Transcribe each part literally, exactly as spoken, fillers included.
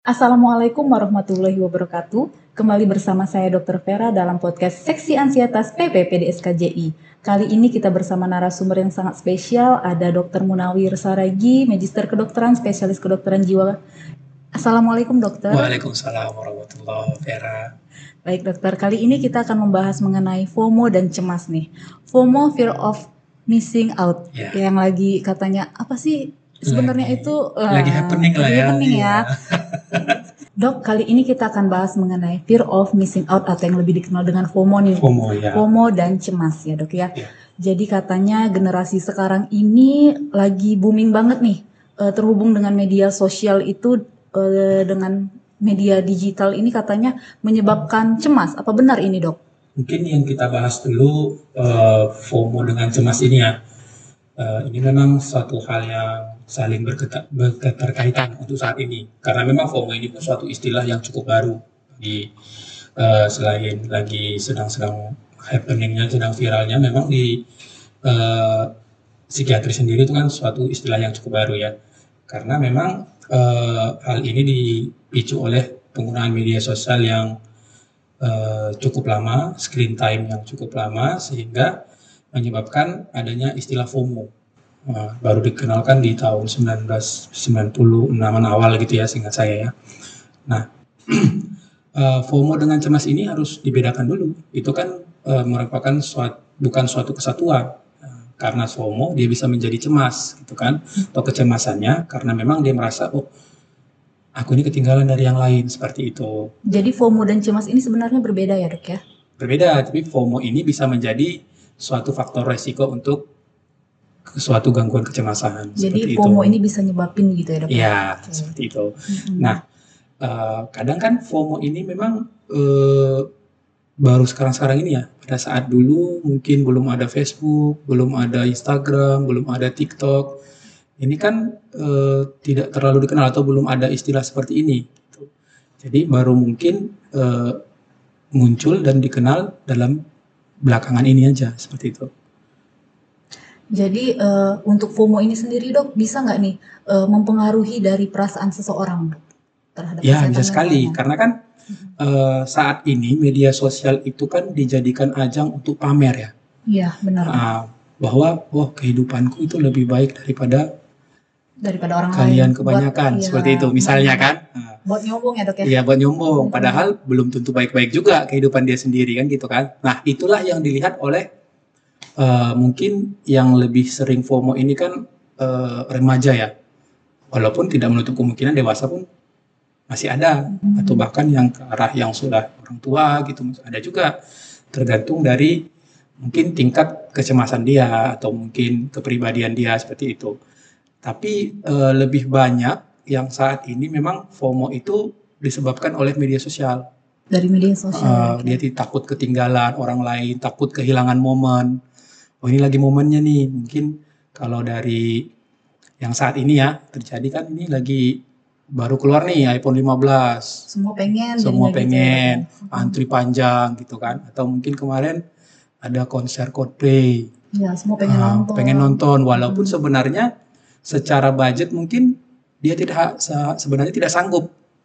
Assalamualaikum warahmatullahi wabarakatuh. Kembali bersama saya dokter Vera dalam podcast Seksi Ansietas P P P D S K J I. Kali ini kita bersama narasumber yang sangat spesial, ada dokter Munawir Saragi, Magister Kedokteran, Spesialis Kedokteran Jiwa. Assalamualaikum dokter. Waalaikumsalam warahmatullahi wabarakatuh. Baik dokter, kali ini kita akan membahas mengenai FOMO dan cemas nih. FOMO, fear of missing out, Ya. yang lagi katanya apa sih sebenarnya Lagi- itu lagi happening lah lagi ya, happening iya. ya. Dok, kali ini kita akan bahas mengenai fear of missing out atau yang lebih dikenal dengan FOMO nih. FOMO ya. FOMO dan cemas ya dok ya. Ya. Jadi katanya generasi sekarang ini lagi booming banget nih, eh, terhubung dengan media sosial itu, eh, dengan media digital ini katanya menyebabkan cemas. Apa benar ini dok? Mungkin yang kita bahas dulu eh, FOMO dengan cemas ini ya. Eh, ini memang suatu hal yang saling berketa- berketerkaitan untuk saat ini. Karena memang FOMO ini pun suatu istilah yang cukup baru di eh, selain lagi sedang-sedang happeningnya, sedang viralnya, memang di eh, psikiatri sendiri itu kan suatu istilah yang cukup baru ya. Karena memang eh, hal ini dipicu oleh penggunaan media sosial yang eh, cukup lama, screen time yang cukup lama, sehingga menyebabkan adanya istilah FOMO. Nah, baru dikenalkan di tahun seribu sembilan ratus sembilan puluh enam awal gitu ya, seingat saya ya. Nah, eh, FOMO dengan cemas ini harus dibedakan dulu. Itu kan eh, merupakan suatu, bukan suatu kesatuan. Nah, karena FOMO dia bisa menjadi cemas gitu kan, atau kecemasannya karena memang dia merasa oh aku ini ketinggalan dari yang lain, seperti itu. Jadi FOMO dan cemas ini sebenarnya berbeda ya dok ya? Berbeda, tapi FOMO ini bisa menjadi suatu faktor resiko untuk suatu gangguan kecemasan. Jadi seperti FOMO itu. ini bisa nyebabin gitu ya dok? Iya, Oke. seperti itu. Mm-mm. Nah, eh, kadang kan FOMO ini memang eh, baru sekarang-sekarang ini ya. Pada saat dulu mungkin belum ada Facebook, belum ada Instagram, belum ada TikTok. Ini kan eh, tidak terlalu dikenal atau belum ada istilah seperti ini. gitu. Jadi baru mungkin eh, muncul dan dikenal dalam belakangan ini aja, seperti itu. Jadi eh, untuk FOMO ini sendiri dok bisa nggak nih eh, mempengaruhi dari perasaan seseorang dok, terhadap Ya, kesehatan bisa sekali. mentalnya? Karena kan eh, saat ini media sosial itu kan dijadikan ajang untuk pamer ya. Iya benar. Ah, bahwa oh kehidupanku itu lebih baik daripada Daripada orang lain. kalian Buat- kebanyakan, iya, seperti itu. Misalnya kan. Ah, Buat nyombong ya dok ya? Iya, buat nyombong. Hmm. Padahal belum tentu baik-baik juga kehidupan dia sendiri kan gitu kan. Nah, itulah yang dilihat oleh eh, mungkin yang lebih sering FOMO ini kan eh, remaja ya. Walaupun tidak menutup kemungkinan dewasa pun masih ada, Hmm. atau bahkan yang ke arah yang sudah orang tua gitu ada juga, tergantung dari mungkin tingkat kecemasan dia atau mungkin kepribadian dia, seperti itu. Tapi eh, lebih banyak yang saat ini memang FOMO itu disebabkan oleh media sosial. Dari media sosial. Eh, dia takut ketinggalan orang lain, takut kehilangan momen. Oh ini lagi momennya nih, mungkin kalau dari yang saat ini ya terjadi kan, ini lagi baru keluar nih iPhone lima belas. Semua pengen. Semua jadinya gitu ya, pengen, Dok, ya? antri panjang gitu kan. Atau mungkin kemarin ada konser Coldplay. Ya semua pengen Ah, nonton. pengen nonton, walaupun Hmm. sebenarnya secara budget mungkin dia tidak sa- sebenarnya tidak sanggup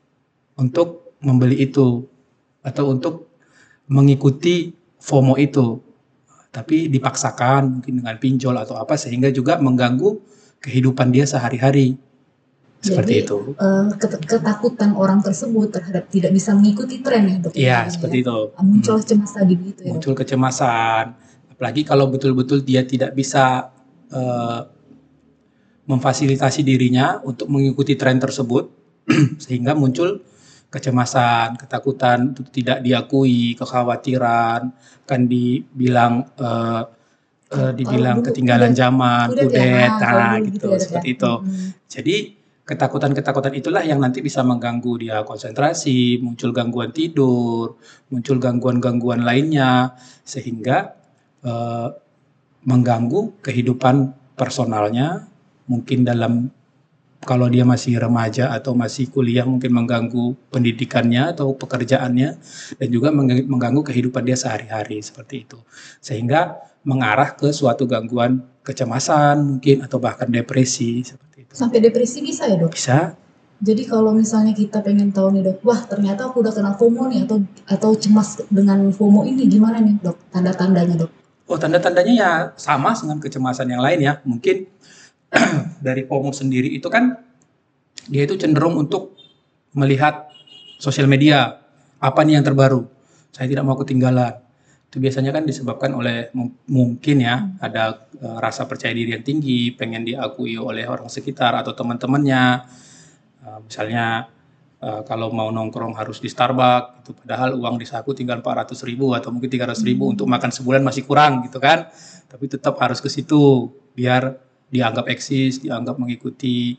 untuk membeli itu atau untuk mengikuti FOMO itu. Tapi dipaksakan mungkin dengan pinjol atau apa, sehingga juga mengganggu kehidupan dia sehari-hari. Seperti Jadi, itu. eh, ket- ketakutan orang tersebut terhadap tidak bisa mengikuti tren ya dok? Iya, ya? seperti itu. Muncul Hmm. cemas tadi gitu ya dok? Muncul kecemasan, apalagi kalau betul-betul dia tidak bisa eh, memfasilitasi dirinya untuk mengikuti tren tersebut, sehingga muncul kecemasan, ketakutan untuk tidak diakui, kekhawatiran, kan dibilang eh, eh, dibilang dulu ketinggalan kudet- zaman, kudet ya? kudet, Ah, nah kalau dulu gitu, gitu ya, Dok, ya? seperti itu. Mm-mm. Jadi ketakutan-ketakutan itulah yang nanti bisa mengganggu dia konsentrasi, muncul gangguan tidur, muncul gangguan-gangguan lainnya, sehingga eh, mengganggu kehidupan personalnya, mungkin dalam kalau dia masih remaja atau masih kuliah mungkin mengganggu pendidikannya atau pekerjaannya, dan juga mengganggu kehidupan dia sehari-hari, seperti itu. Sehingga mengarah ke suatu gangguan kecemasan mungkin atau bahkan depresi, seperti itu. Sampai depresi bisa ya dok? Bisa. Jadi kalau misalnya kita pengen tahu nih dok, wah ternyata aku udah kena FOMO nih atau atau cemas dengan FOMO ini gimana nih dok? Tanda-tandanya dok? Oh, tanda-tandanya ya sama dengan kecemasan yang lain ya. Mungkin dari FOMO sendiri itu kan dia itu cenderung untuk melihat sosial media. Apa nih yang terbaru? Saya tidak mau ketinggalan. Itu biasanya kan disebabkan oleh mungkin ya ada uh, rasa percaya diri yang tinggi, pengen diakui oleh orang sekitar atau teman-temannya. Uh, misalnya uh, kalau mau nongkrong harus di Starbucks, itu padahal uang di saku tinggal empat ratus ribu atau mungkin tiga ratus ribu untuk makan sebulan masih kurang gitu kan. Tapi tetap harus ke situ biar dianggap eksis, dianggap mengikuti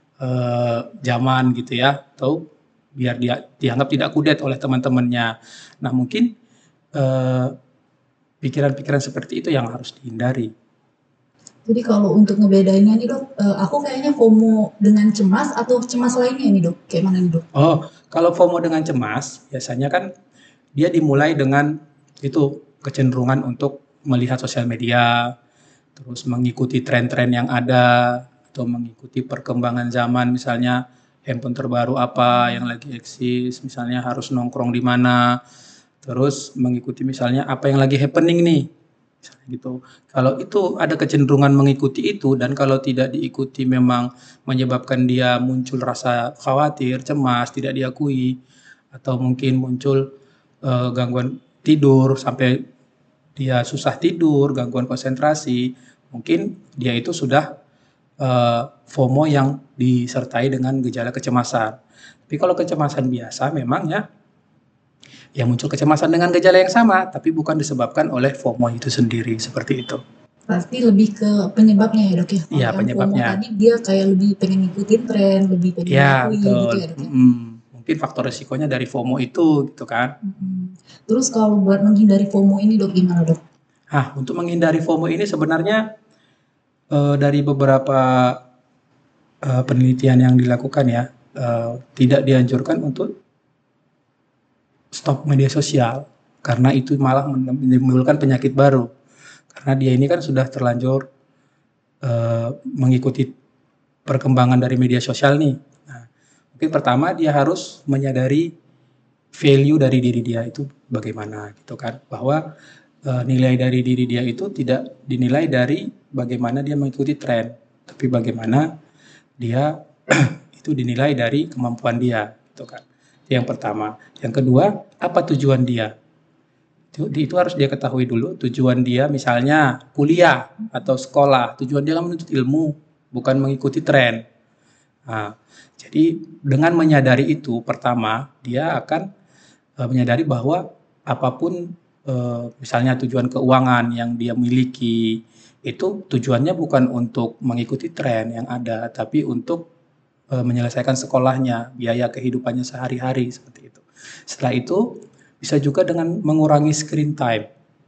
uh, zaman gitu ya, atau biar dia dianggap tidak kudet oleh teman-temannya. Nah mungkin uh, pikiran-pikiran seperti itu yang harus dihindari. Jadi kalau untuk ngebedainnya nih dok, eh, aku kayaknya FOMO dengan cemas atau cemas lainnya nih dok, kayak mana nih dok? Oh, kalau FOMO dengan cemas, biasanya kan dia dimulai dengan itu kecenderungan untuk melihat sosial media, terus mengikuti tren-tren yang ada, atau mengikuti perkembangan zaman, misalnya handphone terbaru apa yang lagi eksis, misalnya harus nongkrong di mana, terus mengikuti misalnya apa yang lagi happening nih, gitu. Kalau itu ada kecenderungan mengikuti itu dan kalau tidak diikuti memang menyebabkan dia muncul rasa khawatir, cemas, tidak diakui atau mungkin muncul uh, gangguan tidur sampai dia susah tidur, gangguan konsentrasi, mungkin dia itu sudah uh, FOMO yang disertai dengan gejala kecemasan. Tapi kalau kecemasan biasa memang ya ya muncul kecemasan dengan gejala yang sama, tapi bukan disebabkan oleh FOMO itu sendiri, seperti itu. Pasti lebih ke penyebabnya ya dok ya. Kalau Iya, yang FOMO penyebabnya. tadi dia kayak lebih pengen ngikutin tren, lebih pengen Ya, diakui betul. gitu ya dok ya. Mm, mungkin faktor resikonya dari FOMO itu, gitu kan. Hmm. Terus kalau buat menghindari FOMO ini dok gimana dok? Nah, untuk menghindari FOMO ini sebenarnya eh, dari beberapa eh, penelitian yang dilakukan ya, eh, tidak dianjurkan untuk stop media sosial, karena itu malah menimbulkan penyakit baru. Karena dia ini kan sudah terlanjur uh, mengikuti perkembangan dari media sosial nih. Nah, mungkin pertama dia harus menyadari value dari diri dia itu bagaimana gitu kan. Bahwa uh, nilai dari diri dia itu tidak dinilai dari bagaimana dia mengikuti tren, tapi bagaimana dia itu dinilai dari kemampuan dia gitu kan. Yang pertama. Yang kedua, apa tujuan dia? Itu, itu harus dia ketahui dulu tujuan dia misalnya kuliah atau sekolah. Tujuan dia kan menuntut ilmu, bukan mengikuti tren. Nah, jadi dengan menyadari itu, pertama dia akan uh, menyadari bahwa apapun uh, misalnya tujuan keuangan yang dia miliki itu tujuannya bukan untuk mengikuti tren yang ada, tapi untuk uh, menyelesaikan sekolahnya, biaya kehidupannya sehari-hari seperti itu. Setelah itu bisa juga dengan mengurangi screen time.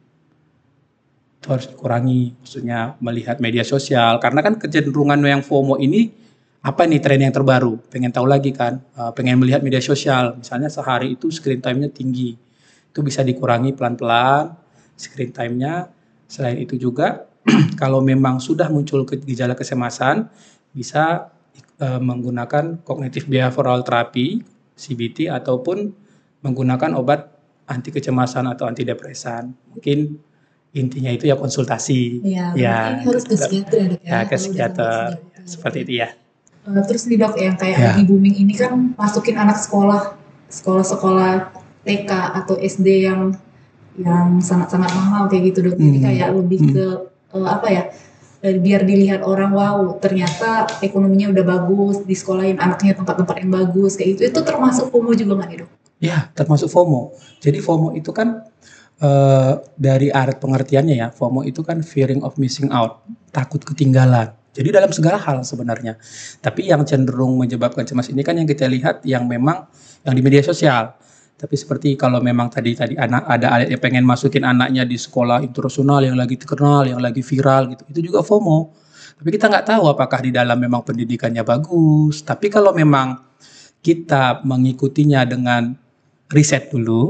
Itu harus dikurangi, maksudnya melihat media sosial. Karena kan kecenderungan yang FOMO ini, apa nih tren yang terbaru? Pengen tahu lagi kan? Pengen melihat media sosial. Misalnya sehari itu screen time-nya tinggi. Itu bisa dikurangi pelan-pelan screen time-nya. Selain itu juga, kalau memang sudah muncul gejala kecemasan, bisa uh, menggunakan cognitive behavioral therapy, C B T, ataupun menggunakan obat anti kecemasan atau antidepresan. Mungkin intinya itu ya konsultasi. Iya, ya, ini harus ke psikiater ya dok ya. Ya, ke psikiater. Ya, seperti itu ya. Uh, terus nih dok, yang kayak Ya. lagi booming ini kan masukin anak sekolah, sekolah-sekolah T K atau S D yang yang sangat-sangat mahal kayak gitu dok. Jadi Hmm. kayak lebih Hmm. ke uh, apa ya? eh, biar dilihat orang, wow ternyata ekonominya udah bagus, di sekolahin anaknya tempat-tempat yang bagus kayak gitu. Itu termasuk FOMO juga nggak nih dok? Ya, termasuk FOMO. Jadi FOMO itu kan uh, dari arti pengertiannya ya, FOMO itu kan fearing of missing out, takut ketinggalan. Jadi dalam segala hal sebenarnya. Tapi yang cenderung menyebabkan cemas ini kan yang kita lihat yang memang yang di media sosial. Tapi seperti kalau memang tadi tadi anak ada yang pengen masukin anaknya di sekolah internasional yang lagi terkenal, yang lagi viral gitu, itu juga FOMO. Tapi kita nggak tahu apakah di dalam memang pendidikannya bagus. Tapi kalau memang kita mengikutinya dengan riset dulu,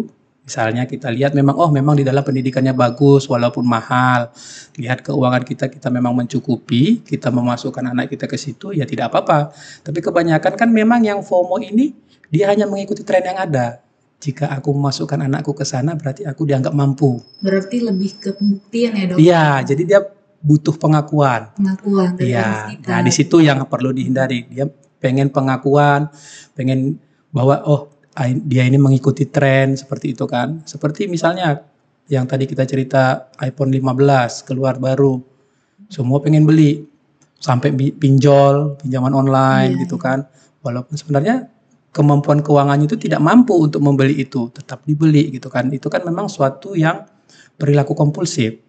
Misalnya kita lihat memang, oh memang di dalam pendidikannya bagus walaupun mahal. Lihat keuangan kita, kita memang mencukupi, kita memasukkan anak kita ke situ, ya tidak apa-apa. Tapi kebanyakan kan memang yang FOMO ini, dia hanya mengikuti tren yang ada. Jika aku memasukkan anakku ke sana, berarti aku dianggap mampu. Berarti lebih ke pembuktian ya dok? Iya, jadi dia butuh pengakuan. Pengakuan dari orang Iya, sekitar. nah di situ yang perlu dihindari. Dia pengen pengakuan, pengen bahwa oh dia ini mengikuti tren seperti itu kan. Seperti misalnya yang tadi kita cerita iPhone lima belas keluar baru. Semua pengen beli. Sampai pinjol, pinjaman online Iya, gitu iya. kan. Walaupun sebenarnya kemampuan keuangannya itu tidak mampu untuk membeli itu, tetap dibeli gitu kan. Itu kan memang suatu yang perilaku kompulsif.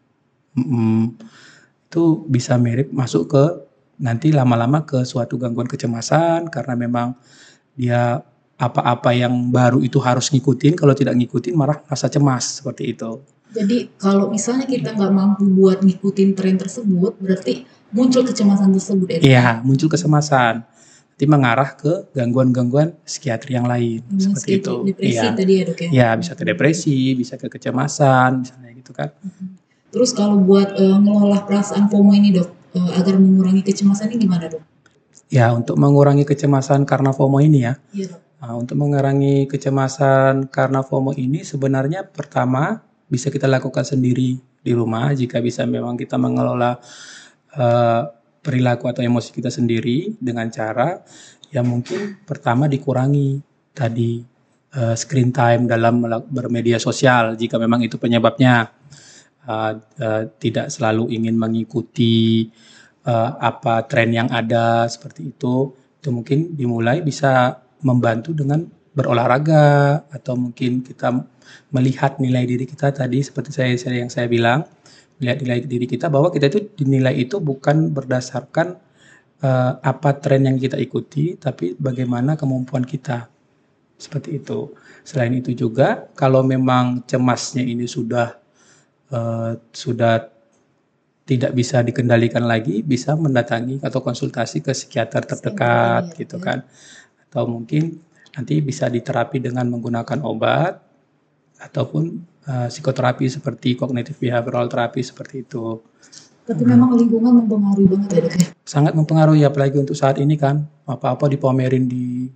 Mm-mm. Itu bisa mirip masuk ke nanti lama-lama ke suatu gangguan kecemasan karena memang dia apa-apa yang baru itu harus ngikutin, kalau tidak ngikutin malah rasa cemas seperti itu. Jadi kalau misalnya kita nggak mampu buat ngikutin tren tersebut, berarti muncul kecemasan tersebut ya? Iya, muncul kecemasan. Nanti mengarah ke gangguan-gangguan psikiatri yang lain, Hmm, seperti psikiatri, itu. depresi Iya. tadi ya dok ya? Iya, bisa ke depresi, bisa ke kecemasan, misalnya gitu kan. Terus kalau buat uh, ngelola perasaan FOMO ini dok, uh, agar mengurangi kecemasan ini gimana dok? Ya, untuk mengurangi kecemasan karena FOMO ini ya. Iya dok. Nah, untuk mengurangi kecemasan karena FOMO ini sebenarnya pertama bisa kita lakukan sendiri di rumah jika bisa memang kita mengelola uh, perilaku atau emosi kita sendiri dengan cara yang mungkin pertama dikurangi tadi uh, screen time dalam bermedia sosial jika memang itu penyebabnya. Uh, uh, tidak selalu ingin mengikuti uh, apa tren yang ada seperti itu, itu mungkin dimulai bisa membantu dengan berolahraga atau mungkin kita melihat nilai diri kita tadi seperti saya, saya yang saya bilang, melihat nilai diri kita bahwa kita itu dinilai itu bukan berdasarkan uh, apa tren yang kita ikuti, tapi bagaimana kemampuan kita seperti itu. Selain itu juga kalau memang cemasnya ini sudah Uh, sudah tidak bisa dikendalikan lagi, bisa mendatangi atau konsultasi ke psikiater terdekat Psikiater, gitu ya. kan. Atau mungkin nanti bisa diterapi dengan menggunakan obat ataupun uh, psikoterapi seperti cognitive behavioral therapy seperti itu. Tapi hmm. memang lingkungan mempengaruhi banget ya dok ya? Sangat mempengaruhi apalagi untuk saat ini kan, apa-apa dipamerin di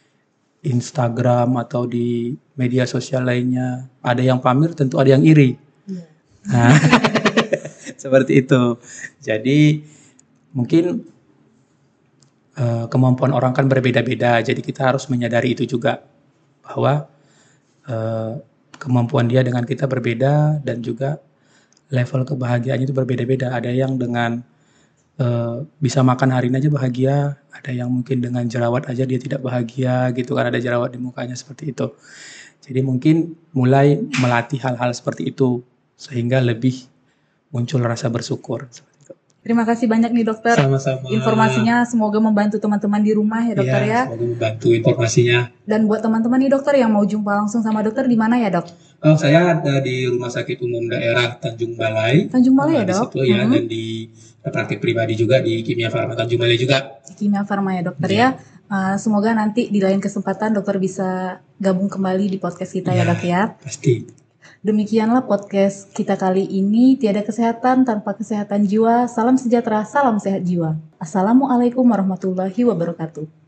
Instagram atau di media sosial lainnya. Ada yang pamer, tentu ada yang iri. Nah, seperti itu. Jadi mungkin uh, kemampuan orang kan berbeda-beda. Jadi kita harus menyadari itu juga bahwa uh, kemampuan dia dengan kita berbeda dan juga level kebahagiaannya itu berbeda-beda. Ada yang dengan uh, bisa makan hari ini aja bahagia, ada yang mungkin dengan jerawat aja dia tidak bahagia gitu kan, ada jerawat di mukanya seperti itu. Jadi mungkin mulai melatih hal-hal seperti itu sehingga lebih muncul rasa bersyukur. Terima kasih banyak nih dokter. Sama-sama. Informasinya semoga membantu teman-teman di rumah ya dokter ya. Ya. Semoga membantu informasinya. Dan buat teman-teman nih dokter yang mau jumpa langsung sama dokter di mana ya dok? Oh, saya ada di Rumah Sakit Umum Daerah Tanjung Balai. Tanjung Balai ya di dok? Situ ya, hmm. dan di praktik pribadi juga di Kimia Farma Tanjung Balai juga. Kimia Farma ya dokter ya. ya. Uh, semoga nanti di lain kesempatan dokter bisa gabung kembali di podcast kita ya, ya dok ya. Pasti. Demikianlah podcast kita kali ini. Tiada kesehatan tanpa kesehatan jiwa. Salam sejahtera, salam sehat jiwa. Assalamualaikum warahmatullahi wabarakatuh.